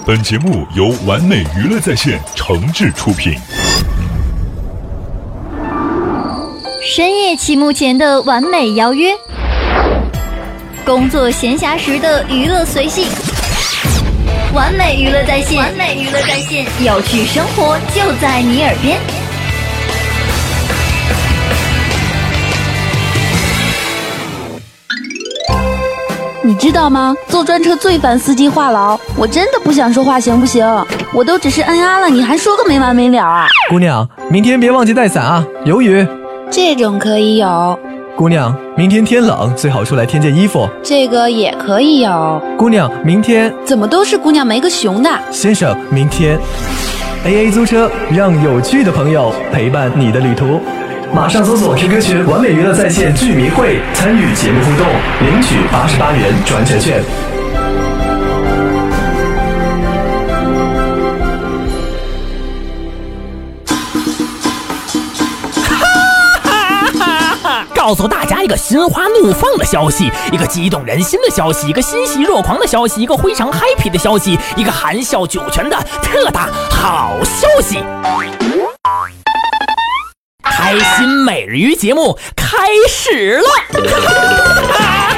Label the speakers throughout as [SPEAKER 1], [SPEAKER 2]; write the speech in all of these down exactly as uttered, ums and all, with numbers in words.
[SPEAKER 1] 本节目由完美娱乐在线诚挚出品。
[SPEAKER 2] 深夜期幕前的完美邀约，工作闲暇时的娱乐随性，完美娱乐在线，完美娱乐在线，有趣生活就在你耳边。
[SPEAKER 3] 你知道吗？坐专车最烦司机话痨，我真的不想说话行不行？我都只是嗯啊了，你还说个没完没了啊！
[SPEAKER 4] 姑娘，明天别忘记带伞啊，有雨。
[SPEAKER 3] 这种可以有。
[SPEAKER 4] 姑娘，明天天冷，最好出来添件衣服。
[SPEAKER 3] 这个也可以有。
[SPEAKER 4] 姑娘，明天
[SPEAKER 3] 怎么都是姑娘没个熊的？
[SPEAKER 4] 先生，明天 A A 租车，让有趣的朋友陪伴你的旅途。马上搜索 Q Q 群完美娱乐在线剧迷会，参与节目互动，领取八十八元转乘券。
[SPEAKER 5] 告诉大家一个心花怒放的消息，一个激动人心的消息，一个欣喜若狂的消息，一个非常 happy 的消息，一个含笑九泉的特大好消息！开心每日鱼节目开始了！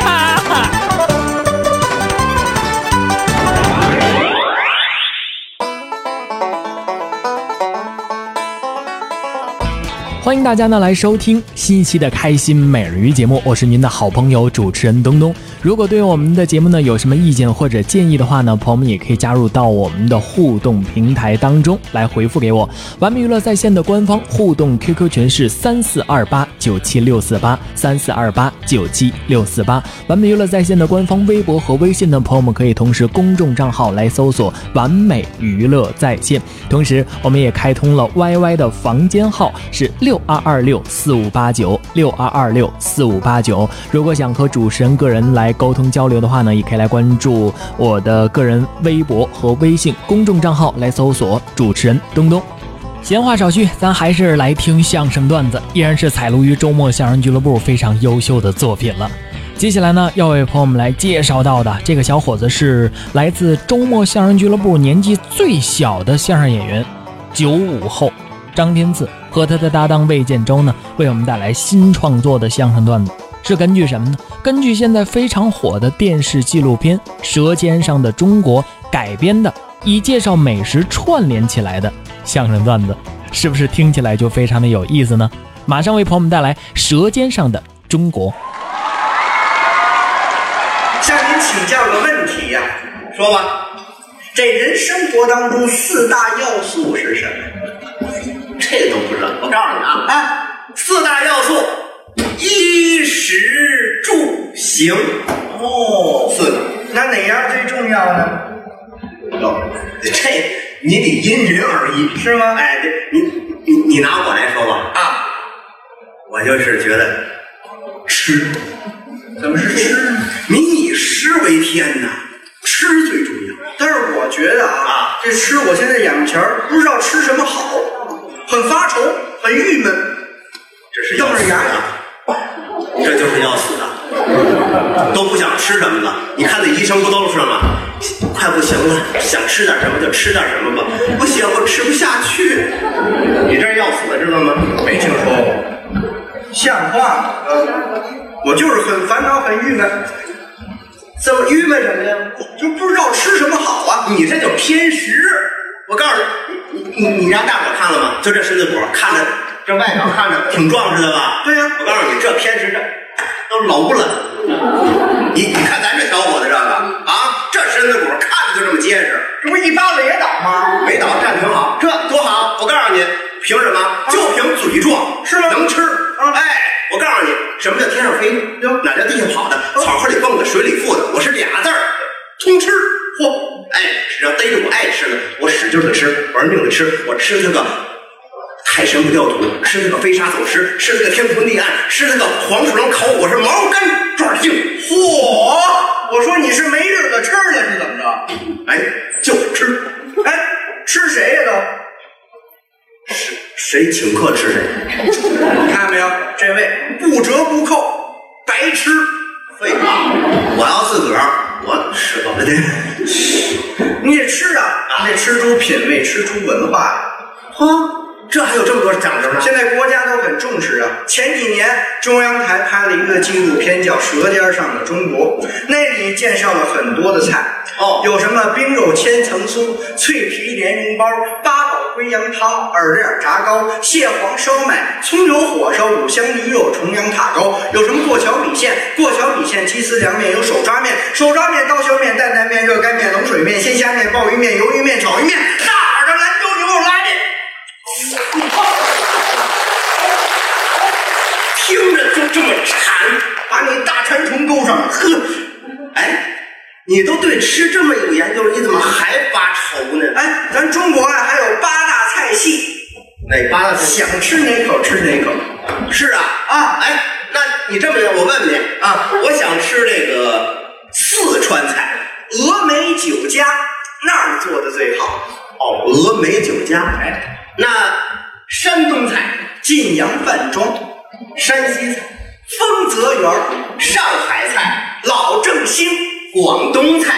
[SPEAKER 5] 欢迎大家呢来收听新一期的开心每日鱼节目，我是您的好朋友主持人东东。如果对我们的节目呢有什么意见或者建议的话呢，朋友们也可以加入到我们的互动平台当中来回复给我。完美娱乐在线的官方互动 Q Q 群是三四二八九七六四八三四二八九七六四八。完美娱乐在线的官方微博和微信的朋友们可以同时公众账号来搜索完美娱乐在线，同时我们也开通了 Y Y 的房间号是六二二六四五八九六二二六四五八九。如果想和主持人个人来沟通交流的话呢，也可以来关注我的个人微博和微信公众账号来搜索主持人东东。闲话少叙，咱还是来听相声段子，依然是采录于周末相声俱乐部非常优秀的作品了。接下来呢，要为朋友们来介绍到的这个小伙子是来自周末相声俱乐部年纪最小的相声演员九五后张天赐，和他的搭档魏建州呢，为我们带来新创作的相声段子，是根据什么呢？根据现在非常火的电视纪录片《舌尖上的中国》改编的，以介绍美食串联起来的相声段子，是不是听起来就非常的有意思呢？马上为朋友们带来《舌尖上的中国》。
[SPEAKER 6] 向您请教个问题呀、啊，说吧，这人生活当中四大要素是什么？
[SPEAKER 7] 这都不知道，我告诉你啊，
[SPEAKER 6] 啊，
[SPEAKER 7] 四大要素：衣食住行。
[SPEAKER 6] 哦，
[SPEAKER 7] 四个。
[SPEAKER 6] 那哪样最重要呢？
[SPEAKER 7] 哟，这你得因人而异，
[SPEAKER 6] 是吗？
[SPEAKER 7] 哎，你你你拿我来说吧
[SPEAKER 6] 啊，
[SPEAKER 7] 我就是觉得吃，
[SPEAKER 6] 怎么是吃？
[SPEAKER 7] 民以食为天呐，吃最重要。
[SPEAKER 6] 但是我觉得啊，
[SPEAKER 7] 啊
[SPEAKER 6] 这吃我现在眼前不知道吃什么好，很发愁，很郁闷，
[SPEAKER 7] 这是要死的，这就是要死的，都不想吃什么了。你看那医生不都是吗？快不行了，想吃点什么就吃点什么吧。不行，我吃不下去。你这要死的，知道吗？
[SPEAKER 6] 没听说过，像话吗？我就是很烦恼，很郁闷。怎么郁闷什么呀？就不知道吃什么好啊！
[SPEAKER 7] 你这叫偏食。我告诉你，你你你让大伙看了吗？就这身子骨，看着这外表看着挺壮实的吧？
[SPEAKER 6] 对呀、啊。
[SPEAKER 7] 我告诉你，这偏食这都老了。你你看咱这小伙子这个啊，这身子骨看着就这么结实，
[SPEAKER 6] 这不一巴尾倒吗？
[SPEAKER 7] 没倒站挺好，这多好！我告诉你，凭什么？啊、就凭嘴壮，
[SPEAKER 6] 是吗？
[SPEAKER 7] 能吃。啊、哎，我告诉你，什么叫天上飞的？哪叫地下跑的？草河里蹦的，水里浮的，我是俩字儿，通吃。嚯！哎，只要逮着我爱吃的，我使劲的吃，玩命的吃，我吃这个泰山不掉土，吃这个飞沙走石，吃这个天昏地暗，吃这个黄鼠狼烤我是毛干爪硬。
[SPEAKER 6] 嚯！我说你是没日子吃了是怎么着？
[SPEAKER 7] 哎，就是吃。
[SPEAKER 6] 哎，吃谁呀都？
[SPEAKER 7] 谁谁请客吃谁？
[SPEAKER 6] 看到没有？这位不折不扣，白吃。
[SPEAKER 7] 废话，我要自个儿我吃饱了的。
[SPEAKER 6] 你得吃啊，你得吃出品味，吃出文化呀。
[SPEAKER 7] 啊，这还有这么多讲究呢？
[SPEAKER 6] 现在国家都很重视啊。前几年中央台拍了一个纪录片叫《舌尖上的中国》，那里介绍了很多的菜。
[SPEAKER 7] 哦，
[SPEAKER 6] 有什么冰肉千层酥、脆皮莲蓉包、八宝龟羊汤、耳链炸糕、蟹黄烧麦、葱油火烧、五香驴肉、重阳塔糕，有什么过桥米线、过桥米线、鸡丝凉面，有手抓面、手抓面、刀削面、担担面、热干面、冷水面、鲜虾面、鲍鱼面、鱿鱼面、炒鱼面、大耳的兰州牛肉拉面。
[SPEAKER 7] 听着就这么馋，
[SPEAKER 6] 把你大馋虫勾上，
[SPEAKER 7] 呵，哎。你都对吃这么有研究，你怎么还发愁呢？
[SPEAKER 6] 哎，咱中国啊还有八大菜系，
[SPEAKER 7] 哪八大菜系？
[SPEAKER 6] 想吃哪口吃哪口。
[SPEAKER 7] 是啊啊，哎，那你这么的，我问问你啊，我想吃这个四川菜，
[SPEAKER 6] 峨眉酒家那儿做的最好。
[SPEAKER 7] 哦，峨眉酒家。哎，那山东菜，
[SPEAKER 6] 晋阳饭庄；
[SPEAKER 7] 山西菜，
[SPEAKER 6] 丰泽园；
[SPEAKER 7] 上海菜，
[SPEAKER 6] 老正兴。
[SPEAKER 7] 广东菜，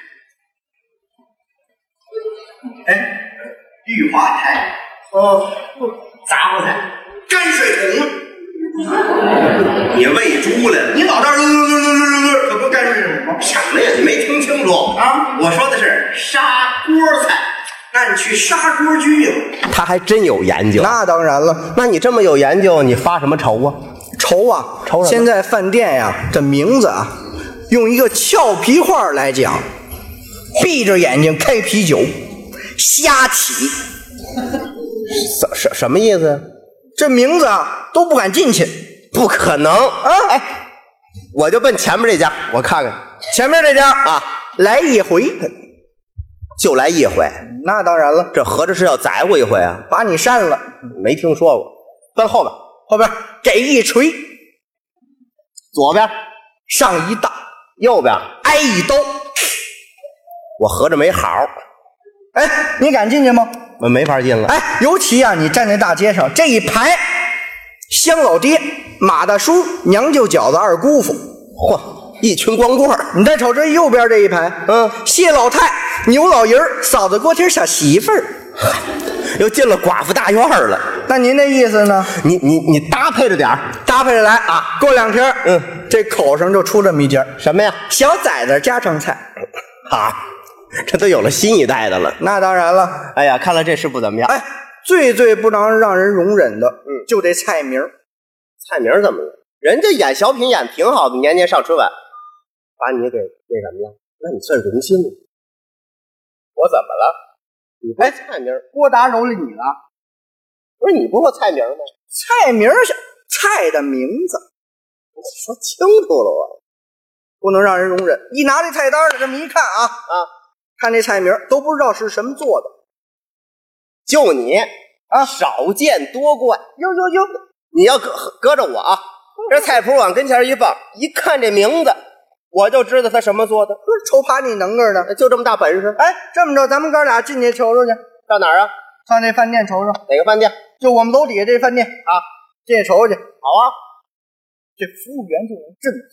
[SPEAKER 6] 哎，玉华菜，
[SPEAKER 7] 哦，杂货菜，
[SPEAKER 6] 泔水桶，
[SPEAKER 7] 你喂猪来了？
[SPEAKER 6] 你老这儿噜噜噜噜噜噜，可不泔水桶吗？
[SPEAKER 7] 什么呀？你没听清楚啊？我说的是砂锅菜。
[SPEAKER 6] 那你去砂锅居呀？
[SPEAKER 7] 他还真有研究。
[SPEAKER 6] 那当然了，
[SPEAKER 7] 那你这么有研究，你发什么愁啊？
[SPEAKER 6] 愁啊，
[SPEAKER 7] 愁什么？
[SPEAKER 6] 现在饭店呀，这名字啊。用一个俏皮话来讲，闭着眼睛开啤酒，瞎起，
[SPEAKER 7] 什什什么意思？
[SPEAKER 6] 这名字啊都不敢进去，
[SPEAKER 7] 不可能啊！哎，我就奔前面这家，我看看
[SPEAKER 6] 前面这家啊，来一回，
[SPEAKER 7] 就来一回。
[SPEAKER 6] 那当然了，
[SPEAKER 7] 这合着是要宰我一回啊？
[SPEAKER 6] 把你删了，
[SPEAKER 7] 没听说过。奔后边，
[SPEAKER 6] 后边给一锤，
[SPEAKER 7] 左边
[SPEAKER 6] 上一大。
[SPEAKER 7] 右边
[SPEAKER 6] 挨一刀，
[SPEAKER 7] 我合着没好。
[SPEAKER 6] 哎，你敢进去吗？
[SPEAKER 7] 我没法进了。
[SPEAKER 6] 哎，尤其啊，你站在大街上这一排，乡老爹、马大叔、娘舅饺子、二姑父，
[SPEAKER 7] 嚯，一群光棍儿。
[SPEAKER 6] 你再瞅这右边这一排，
[SPEAKER 7] 嗯，
[SPEAKER 6] 谢老太、牛老爷儿、嫂子锅贴小媳妇儿，
[SPEAKER 7] 又进了寡妇大院了。
[SPEAKER 6] 那您那意思呢？
[SPEAKER 7] 你你你搭配着点儿，
[SPEAKER 6] 搭配着来啊！过两天，
[SPEAKER 7] 嗯，
[SPEAKER 6] 这口上就出这么一家，
[SPEAKER 7] 什么呀？
[SPEAKER 6] 小崽子家常菜。
[SPEAKER 7] 好，这都有了新一代的了。
[SPEAKER 6] 那当然了。
[SPEAKER 7] 哎呀，看来这事不怎么样。
[SPEAKER 6] 哎，最最不能让人容忍的，嗯，就这菜名。
[SPEAKER 7] 菜名怎么了？人家演小品演挺好的，年年上春晚，把你给那什么了？那你算荣幸。我怎么了？你不菜名，
[SPEAKER 6] 郭达蹂躏你了？
[SPEAKER 7] 不是你不说菜名吗？
[SPEAKER 6] 菜名是菜的名字，
[SPEAKER 7] 你说清楚了我，
[SPEAKER 6] 不能让人容忍。一拿这菜单的这么一看啊啊，看这菜名都不知道是什么做的。
[SPEAKER 7] 就你啊，少见多怪。
[SPEAKER 6] 呦呦呦，
[SPEAKER 7] 你要搁搁着我啊，这菜谱往跟前一放，一看这名字，我就知道他什么做的。
[SPEAKER 6] 不是瞅怕你能个呢，
[SPEAKER 7] 就这么大本事。
[SPEAKER 6] 哎，这么着，咱们哥俩进去瞅瞅去。
[SPEAKER 7] 到哪儿啊？
[SPEAKER 6] 上那饭店瞅瞅。
[SPEAKER 7] 哪个饭店？
[SPEAKER 6] 就我们楼底下这饭店啊，进去瞅瞅去。
[SPEAKER 7] 好啊，
[SPEAKER 6] 这服务员就能镇住。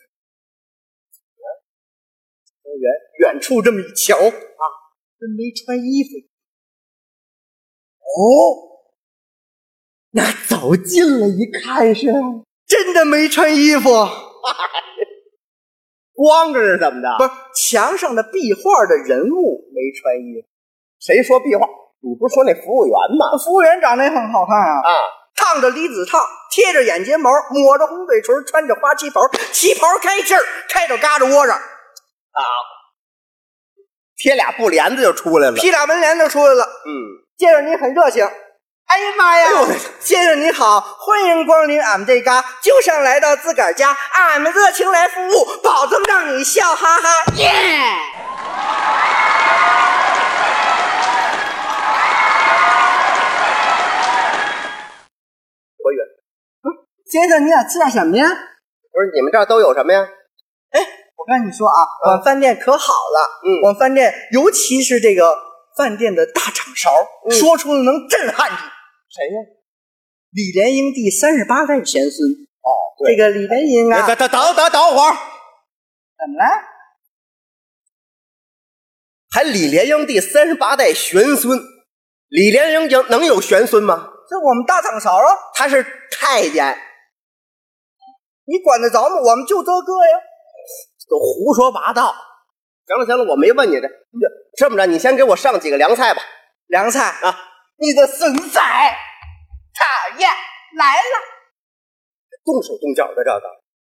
[SPEAKER 6] 服务员远处这么一瞧啊，跟没穿衣服。哦，
[SPEAKER 7] 那走近了一看是
[SPEAKER 6] 真的没穿衣服。
[SPEAKER 7] 光着是怎么的？
[SPEAKER 6] 不是，墙上的壁画的人物没穿衣服。
[SPEAKER 7] 谁说壁画？你不是说那服务员吗？
[SPEAKER 6] 服务员长得也很好看啊，
[SPEAKER 7] 啊，
[SPEAKER 6] 烫着离子烫，贴着眼睫毛，抹着红嘴唇，穿着花旗袍，旗袍开气儿，开到嘎吱窝上
[SPEAKER 7] 啊，贴俩布帘子就出来了，
[SPEAKER 6] 披俩门帘就出来了。
[SPEAKER 7] 嗯，
[SPEAKER 6] 见着你很热情。哎呀妈呀！
[SPEAKER 7] 哎、
[SPEAKER 6] 先生你好，欢迎光临俺们这嘎，就像来到自个儿家，俺们热情来服务，保证让你笑哈哈。耶、yeah!！多远？先生，你想吃点什么呀？
[SPEAKER 7] 不是，你们这儿都有什么呀？
[SPEAKER 6] 哎，我跟你说啊，我们饭店可好了。
[SPEAKER 7] 嗯，
[SPEAKER 6] 我们饭店尤其是这个饭店的大掌勺，嗯、说出了能震撼你。
[SPEAKER 7] 谁呀？
[SPEAKER 6] 李莲英第三十八代贤孙。
[SPEAKER 7] 哦，对，
[SPEAKER 6] 这个李莲英啊，
[SPEAKER 7] 等等等等等会儿，
[SPEAKER 6] 怎么了？
[SPEAKER 7] 还李莲英第三十八代玄孙。李莲英能有玄孙吗？
[SPEAKER 6] 这我们大掌勺啊，
[SPEAKER 7] 他是太监。
[SPEAKER 6] 你管得着吗？我们就这个呀，
[SPEAKER 7] 都胡说八道。行了行了，我没问你这。这么着，你先给我上几个凉菜吧。
[SPEAKER 6] 凉菜
[SPEAKER 7] 啊，
[SPEAKER 6] 你的损仔讨厌来了，
[SPEAKER 7] 动手动脚的这个。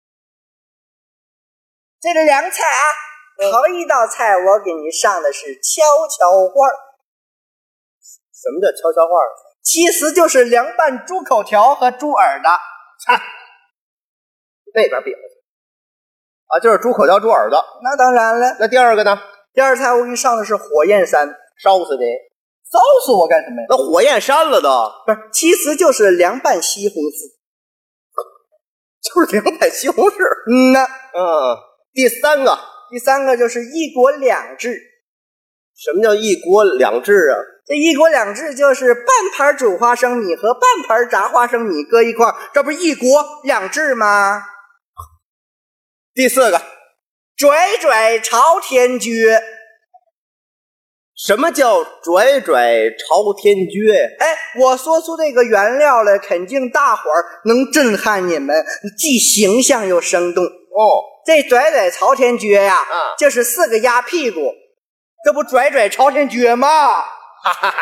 [SPEAKER 6] 这个凉菜啊，头一道菜我给你上的是悄悄话。
[SPEAKER 7] 什么叫悄悄话？
[SPEAKER 6] 其实就是凉拌猪口条和猪耳朵。
[SPEAKER 7] 哈，那边比划去啊，就是猪口条、猪耳朵。
[SPEAKER 6] 那当然了。
[SPEAKER 7] 那第二个呢？
[SPEAKER 6] 第二菜我给你上的是火焰山，
[SPEAKER 7] 烧死你！
[SPEAKER 6] 烧死我干什么呀？
[SPEAKER 7] 那火焰山了都。
[SPEAKER 6] 不是，其实就是凉拌西红柿，
[SPEAKER 7] 就是凉拌西红柿。
[SPEAKER 6] 嗯呐，
[SPEAKER 7] 嗯。第三个，
[SPEAKER 6] 第三个就是一国两制。
[SPEAKER 7] 什么叫一国两制啊？
[SPEAKER 6] 这一国两制就是半盘煮花生米和半盘炸花生米搁一块儿，这不是一国两制吗？
[SPEAKER 7] 第四个，
[SPEAKER 6] 拽拽朝天撅。
[SPEAKER 7] 什么叫拽拽朝天撅呀？
[SPEAKER 6] 哎，我说出这个原料来，肯定大伙儿能震撼你们，既形象又生动。
[SPEAKER 7] 哦，
[SPEAKER 6] 这拽拽朝天撅呀，
[SPEAKER 7] 啊，
[SPEAKER 6] 就是四个鸭屁股，这不拽拽朝天撅吗？
[SPEAKER 7] 哈哈哈，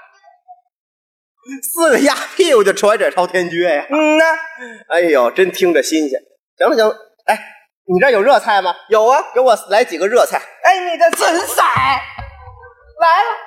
[SPEAKER 7] 四个鸭屁股就拽拽朝天撅呀。
[SPEAKER 6] 嗯呐，
[SPEAKER 7] 哎呦，真听着新鲜。行了行了，哎，你这有热菜吗？
[SPEAKER 6] 有啊，
[SPEAKER 7] 给我来几个热菜。
[SPEAKER 6] 哎，你的真色来了，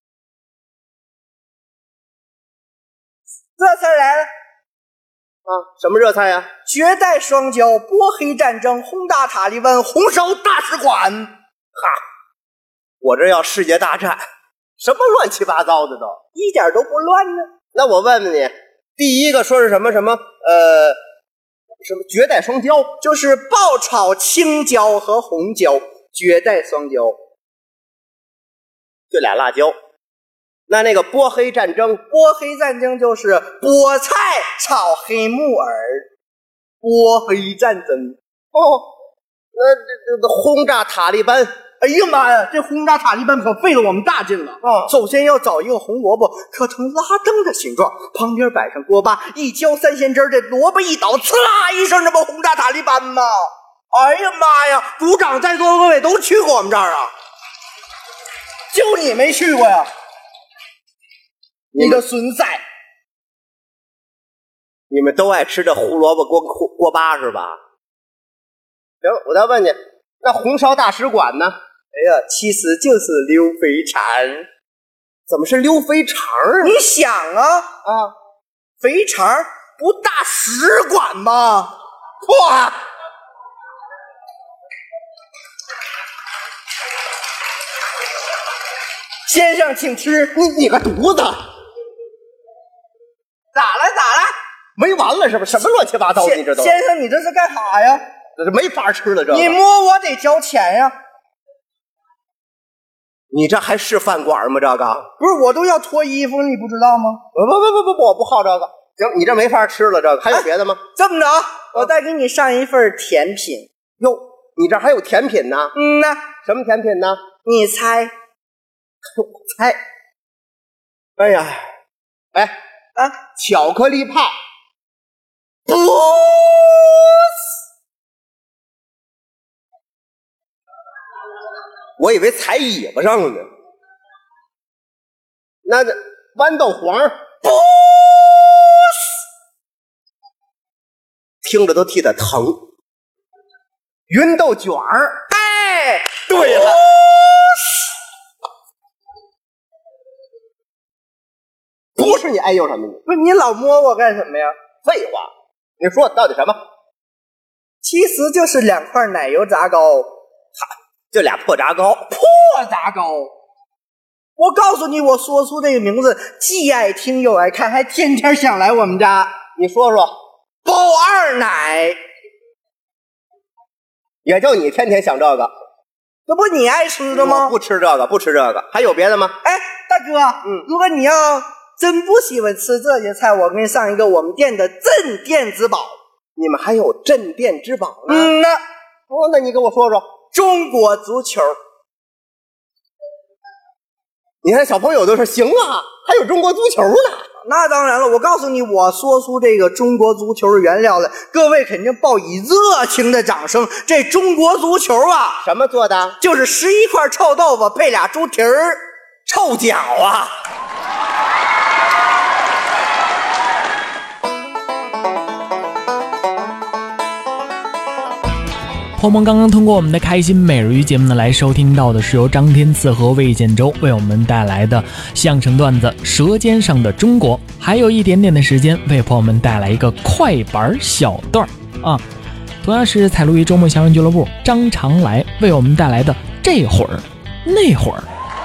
[SPEAKER 6] 热菜来了
[SPEAKER 7] 啊！什么热菜呀、啊？
[SPEAKER 6] 绝代双骄、波黑战争、轰炸塔利班、红烧大使馆。
[SPEAKER 7] 哈，我这要世界大战，什么乱七八糟的都，
[SPEAKER 6] 一点都不乱呢。
[SPEAKER 7] 那我问问你，第一个说是什么什么呃什么绝代双骄，
[SPEAKER 6] 就是爆炒青椒和红椒，绝代双骄，
[SPEAKER 7] 就俩辣椒。那那个波黑战争，
[SPEAKER 6] 波黑战争就是菠菜炒黑木耳，波黑战争。
[SPEAKER 7] 哦，那这这轰炸塔利班。
[SPEAKER 6] 哎呀妈呀，这轰炸塔利班可费了我们大劲了啊！首先要找一个红萝卜刻成拉灯的形状，旁边摆上锅巴，一浇三鲜汁，这萝卜一倒，呲啦一声，这不轰炸塔利班吗？哎呀妈呀，组长在座各位都去过我们这儿啊，就你没去过呀？你的损仔！
[SPEAKER 7] 你们都爱吃这胡萝卜锅锅锅巴是吧？行，我再问你，那红烧大使馆呢？
[SPEAKER 6] 哎呀，其实就是溜肥肠。
[SPEAKER 7] 怎么是溜肥肠啊？
[SPEAKER 6] 你想啊
[SPEAKER 7] 啊，
[SPEAKER 6] 肥肠不大使馆吗？
[SPEAKER 7] 哇！
[SPEAKER 6] 先生请吃。
[SPEAKER 7] 你你个犊子！
[SPEAKER 6] 咋了咋了？
[SPEAKER 7] 没完了是不是？什么乱七八糟的？你这都
[SPEAKER 6] 先生，你这是干啥呀？
[SPEAKER 7] 这是没法吃了，这
[SPEAKER 6] 你摸我得交钱呀！
[SPEAKER 7] 你这还是饭馆吗？这个
[SPEAKER 6] 不是，我都要脱衣服，你不知道吗？
[SPEAKER 7] 不不不不不，我不好这个。行，你这没法吃了，这个还有别的吗？
[SPEAKER 6] 哎、这么着，我再给你上一份甜品。
[SPEAKER 7] 哟，你这还有甜品呢？
[SPEAKER 6] 嗯呐，
[SPEAKER 7] 什么甜品呢？
[SPEAKER 6] 你猜？
[SPEAKER 7] 我猜。哎呀，哎
[SPEAKER 6] 啊，
[SPEAKER 7] 巧克力派。
[SPEAKER 6] 不。
[SPEAKER 7] 我以为踩尾巴上了呢。那豌豆黄不，听着都替他疼。芸豆卷儿，
[SPEAKER 6] 哎，
[SPEAKER 7] 对了，不是你哎呦什么你？
[SPEAKER 6] 不是你老摸我干什么呀？
[SPEAKER 7] 废话，你说到底什么？
[SPEAKER 6] 其实就是两块奶油炸糕。
[SPEAKER 7] 这俩破炸糕，
[SPEAKER 6] 破炸糕！我告诉你，我说出这个名字，既爱听又爱看，还天天想来我们家。
[SPEAKER 7] 你说说，
[SPEAKER 6] 包二奶，
[SPEAKER 7] 也就你天天想这个，
[SPEAKER 6] 这不你爱吃的吗？
[SPEAKER 7] 不吃这个，不吃这个，还有别的吗？
[SPEAKER 6] 哎，大哥，
[SPEAKER 7] 嗯，
[SPEAKER 6] 如果你要真不喜欢吃这些菜，我给你上一个我们店的镇店之宝。
[SPEAKER 7] 你们还有镇店之宝呢？
[SPEAKER 6] 嗯呐，
[SPEAKER 7] 哦，那你给我说说。
[SPEAKER 6] 中国足球，
[SPEAKER 7] 你看小朋友都说行啊，还有中国足球呢。
[SPEAKER 6] 那当然了，我告诉你，我说出这个中国足球的原料来，各位肯定报以热情的掌声。这中国足球啊，
[SPEAKER 7] 什么做的？
[SPEAKER 6] 就是十一块臭豆腐配俩猪蹄儿，臭脚啊！
[SPEAKER 5] 朋友们刚刚通过我们的开心每日鱼节目呢，来收听到的是由张天赐和魏建州为我们带来的相声段子《舌尖上的中国》，还有一点点的时间为朋友们带来一个快板小段啊，同样是采录于周末相声俱乐部张长来为我们带来的这会儿那会儿。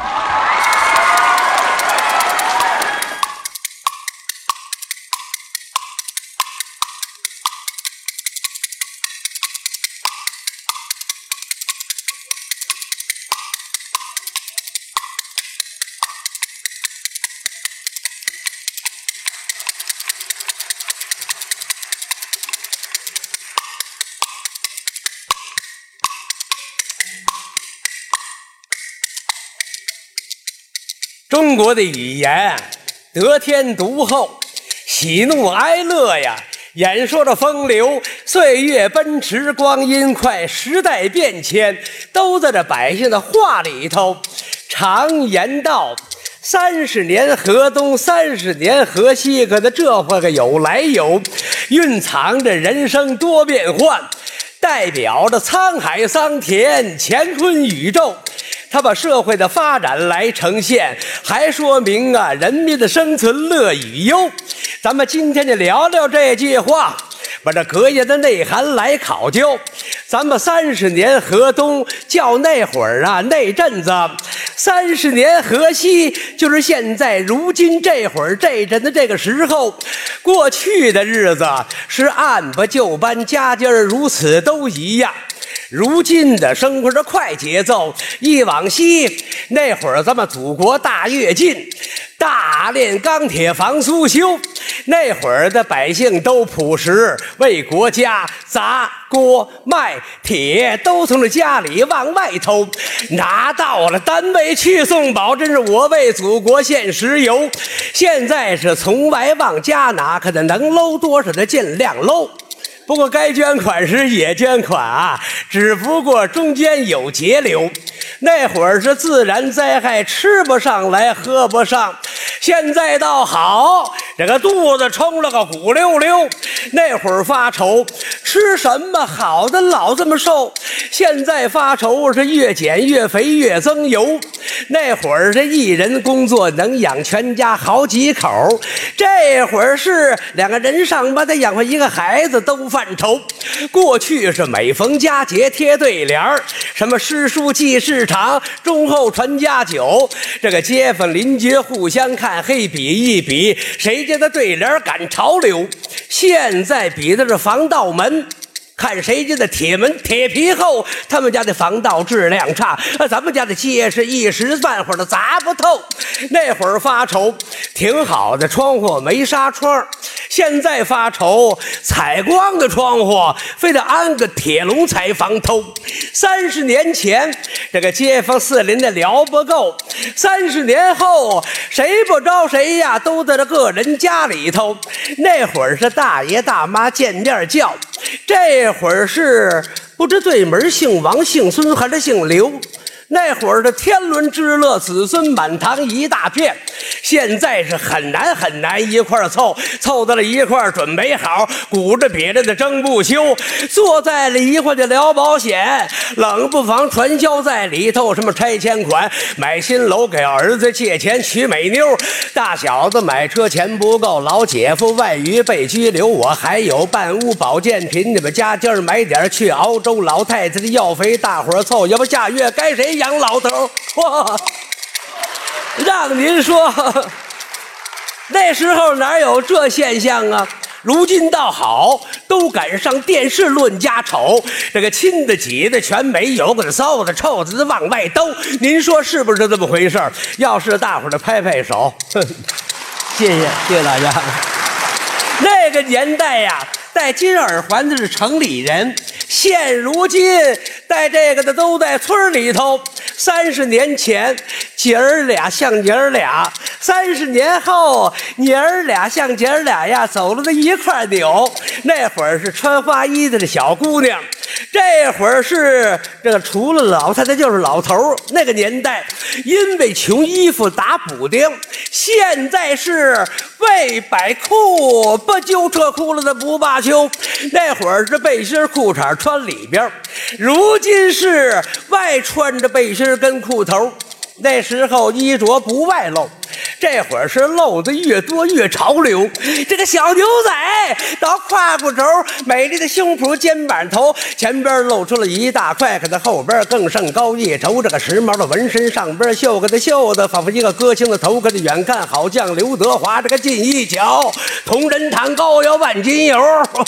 [SPEAKER 8] 中国的语言得天独厚，喜怒哀乐呀，演说着风流，岁月奔驰，光阴快，时代变迁，都在这百姓的话里头。常言道，三十年河东，三十年河西，可的这话个有来有，蕴藏着人生多变幻，代表着沧海桑田，乾坤宇宙。他把社会的发展来呈现，还说明啊人民的生存乐与忧。咱们今天就聊聊这句话，把这格言的内涵来考究。咱们三十年河东叫那会儿啊，那阵子；三十年河西就是现在如今这会儿这阵的这个时候。过去的日子是按部就班，家家如此都一样。如今的生活的快节奏，忆往昔那会儿咱们祖国大跃进，大炼钢铁防苏修，那会儿的百姓都朴实，为国家砸锅卖铁，都从这家里往外偷，拿到了单位去送宝，真是我为祖国献石油。现在是从外往家拿，可得能搂多少的尽量搂。不过该捐款时也捐款啊，只不过中间有节流。那会儿是自然灾害，吃不上来喝不上，现在倒好，这个肚子冲了个鼓溜溜。那会儿发愁吃什么好的老这么瘦，现在发愁是越减越肥越增油。那会儿这一人工作能养全家好几口，这会儿是两个人上班得养活一个孩子都犯愁。过去是每逢佳节贴对联儿，什么诗书记市场，忠厚传家久，这个街坊邻居互相看，黑比一比，谁家的对联赶潮流。现在比的是防盗门，看谁家的铁门铁皮厚，他们家的防盗质量差，咱们家的结实一时半会儿的砸不透。那会儿发愁挺好的窗户没纱窗，现在发愁采光的窗户非得安个铁笼才防偷。三十年前这个街坊四邻的聊不够，三十年后谁不招谁呀，都在这个人家里头。那会儿是大爷大妈见面叫，这会儿是不知对门姓王姓孙还是姓刘。那会儿的天伦之乐，子孙满堂一大片，现在是很难很难一块凑，凑到了一块准备好，鼓着瘪着的争不休，坐在了一块就聊保险，冷不防传销在里头，什么拆迁款、买新楼、给儿子借钱娶美妞，大小子买车钱不够，老姐夫外遇被拘留，我还有半屋保健品，你们家今儿买点去熬粥，老太太的药肥大伙儿凑，要不下月该谁养老头？哇，让您说，那时候哪有这现象啊？如今倒好，都赶上电视论家丑，这个亲的挤的全没有，个骚的臭的往外兜。您说是不是这么回事？要是大伙儿的拍拍手，谢谢谢谢大家。那个年代呀，戴金耳环的是城里人，现如今戴这个的都在村里头。三十年前， 姐儿俩像娘儿俩，三十年后你儿俩像姐儿俩呀，走了那一块扭。那会儿是穿花衣的小姑娘，这会儿是这个除了老太太就是老头儿。那个年代因为穷衣服打补丁，现在是为百裤不揪车裤了的不罢休。那会儿是背心裤衩穿里边，如今是外穿着背心跟裤头。那时候衣着不外露，这会儿是露的越多越潮流。这个小牛仔到胯骨轴，美丽的胸脯肩膀头，前边露出了一大块，可在后边更胜高一筹。这个时髦的纹身上边绣个的绣的，仿佛一个歌星的头，可的远看好像刘德华。这个近一瞧，同仁堂膏药万金油。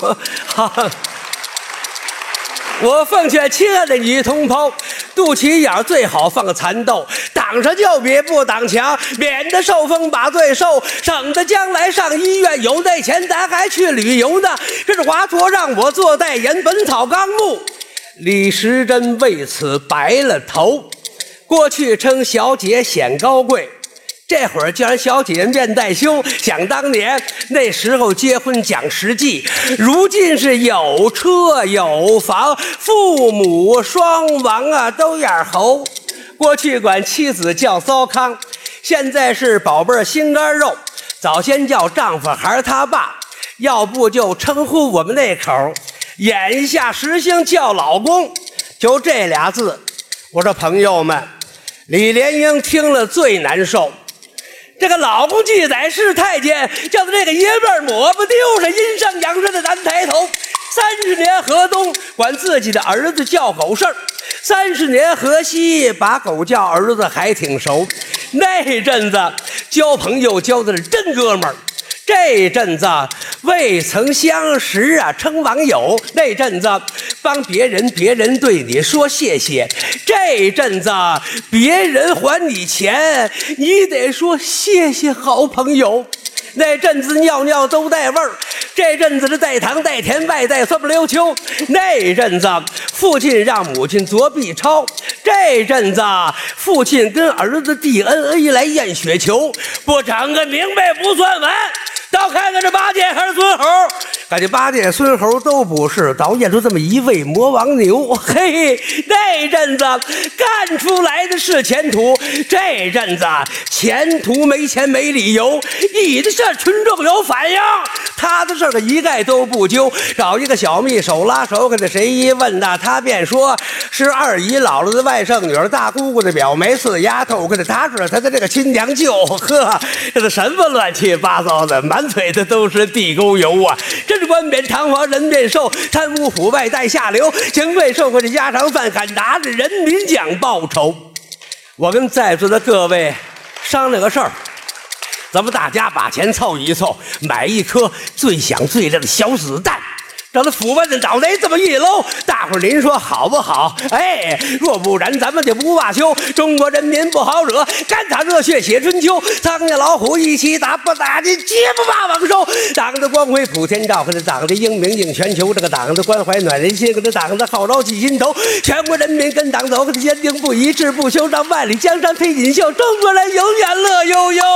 [SPEAKER 8] 我奉劝亲爱的女同胞，肚脐眼最好放个蚕豆，挡上就别不挡墙，免得受风把罪受，省得将来上医院有那钱咱还去旅游呢。这是华佗让我做代言《本草纲目》，李时珍为此白了头。过去称小姐显高贵，这会儿叫人小姐面带羞。想当年那时候结婚讲实际，如今是有车有房，父母双亡啊都眼猴。过去管妻子叫糟糠，现在是宝贝儿心肝肉。早先叫丈夫还是他爸，要不就称呼我们那口，眼下实行叫老公，就这俩字。我说朋友们，李莲英听了最难受。这个老公记载是太监，叫他这个爷们儿抹不丢上阴上阳身的难抬头。三十年河东，管自己的儿子叫狗事儿；三十年河西，把狗叫儿子还挺熟。那阵子交朋友交的是真哥们儿，这阵子未曾相识啊称网友，那阵子帮别人别人对你说谢谢，这阵子别人还你钱你得说谢谢好朋友。那阵子尿尿都带味儿，这阵子是带糖带甜外带酸不溜秋。那阵子父亲让母亲做 B 超，这阵子父亲跟儿子 D N A 来验血球，不长个明白不算完。倒看看这八戒还是孙猴，感觉八戒孙猴都不是，倒验出这么一位魔王牛。嘿，那阵子干出来的是前途，这阵子前途没钱没理由，你的事群众有反应，他的事儿一概都不揪。找一个小蜜手拉手，给他谁一问呐，他便说是二姨姥姥的外甥女儿，大姑姑的表妹，四丫头，跟着他是他的这个亲娘舅。呵，这是什么乱七八糟的，满嘴的都是地沟油啊！真是官贬堂皇人变瘦，贪污腐败带下流，警卫受过这家常饭，敢拿着人民奖报酬。我跟在座的各位商量个事儿，咱们大家把钱凑一凑，买一颗最响最亮的小子弹，让他腐败的脑袋这么一搂，大伙儿您说好不好？哎，若不然咱们就不罢休。中国人民不好惹，干打热血写春秋，苍蝇老虎一起打，不打进绝不罢王寿。党的光辉普天照，和这党的英明映全球，这个党的关怀暖人心，和这党的号召记心头。全国人民跟党走，和这坚定不移，志不休，让万里江山飞锦绣，中国人永远乐悠悠。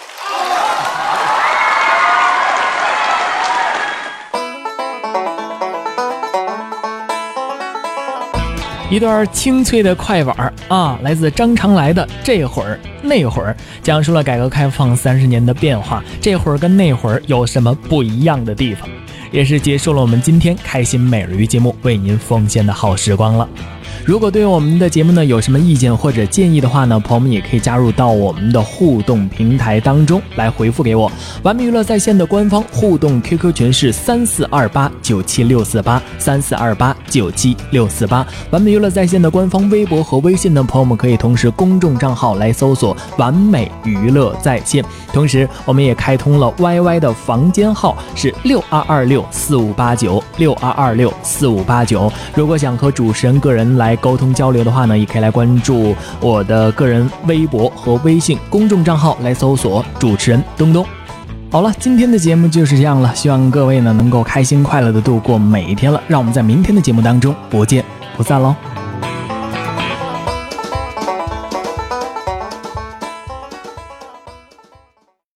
[SPEAKER 5] 一段清脆的快板啊，来自张长来的这会儿那会儿，讲述了改革开放三十年的变化，这会儿跟那会儿有什么不一样的地方，也是结束了我们今天开心每日鱼节目为您奉献的好时光了。如果对我们的节目呢有什么意见或者建议的话呢，朋友们也可以加入到我们的互动平台当中来回复给我。完美娱乐在线的官方互动 Q Q 群是三四二八九七六四八三四二八九七六四八。完美娱乐在线的官方微博和微信的朋友们可以同时公众账号来搜索完美娱乐在线。同时我们也开通了 Y Y 的房间号是六二二六四五八九六二二六四五八九。如果想和主持人个人来沟通交流的话呢，也可以来关注我的个人微博和微信公众账号来搜索主持人东东。好了，今天的节目就是这样了，希望各位呢能够开心快乐的度过每一天了，让我们在明天的节目当中不见不散喽。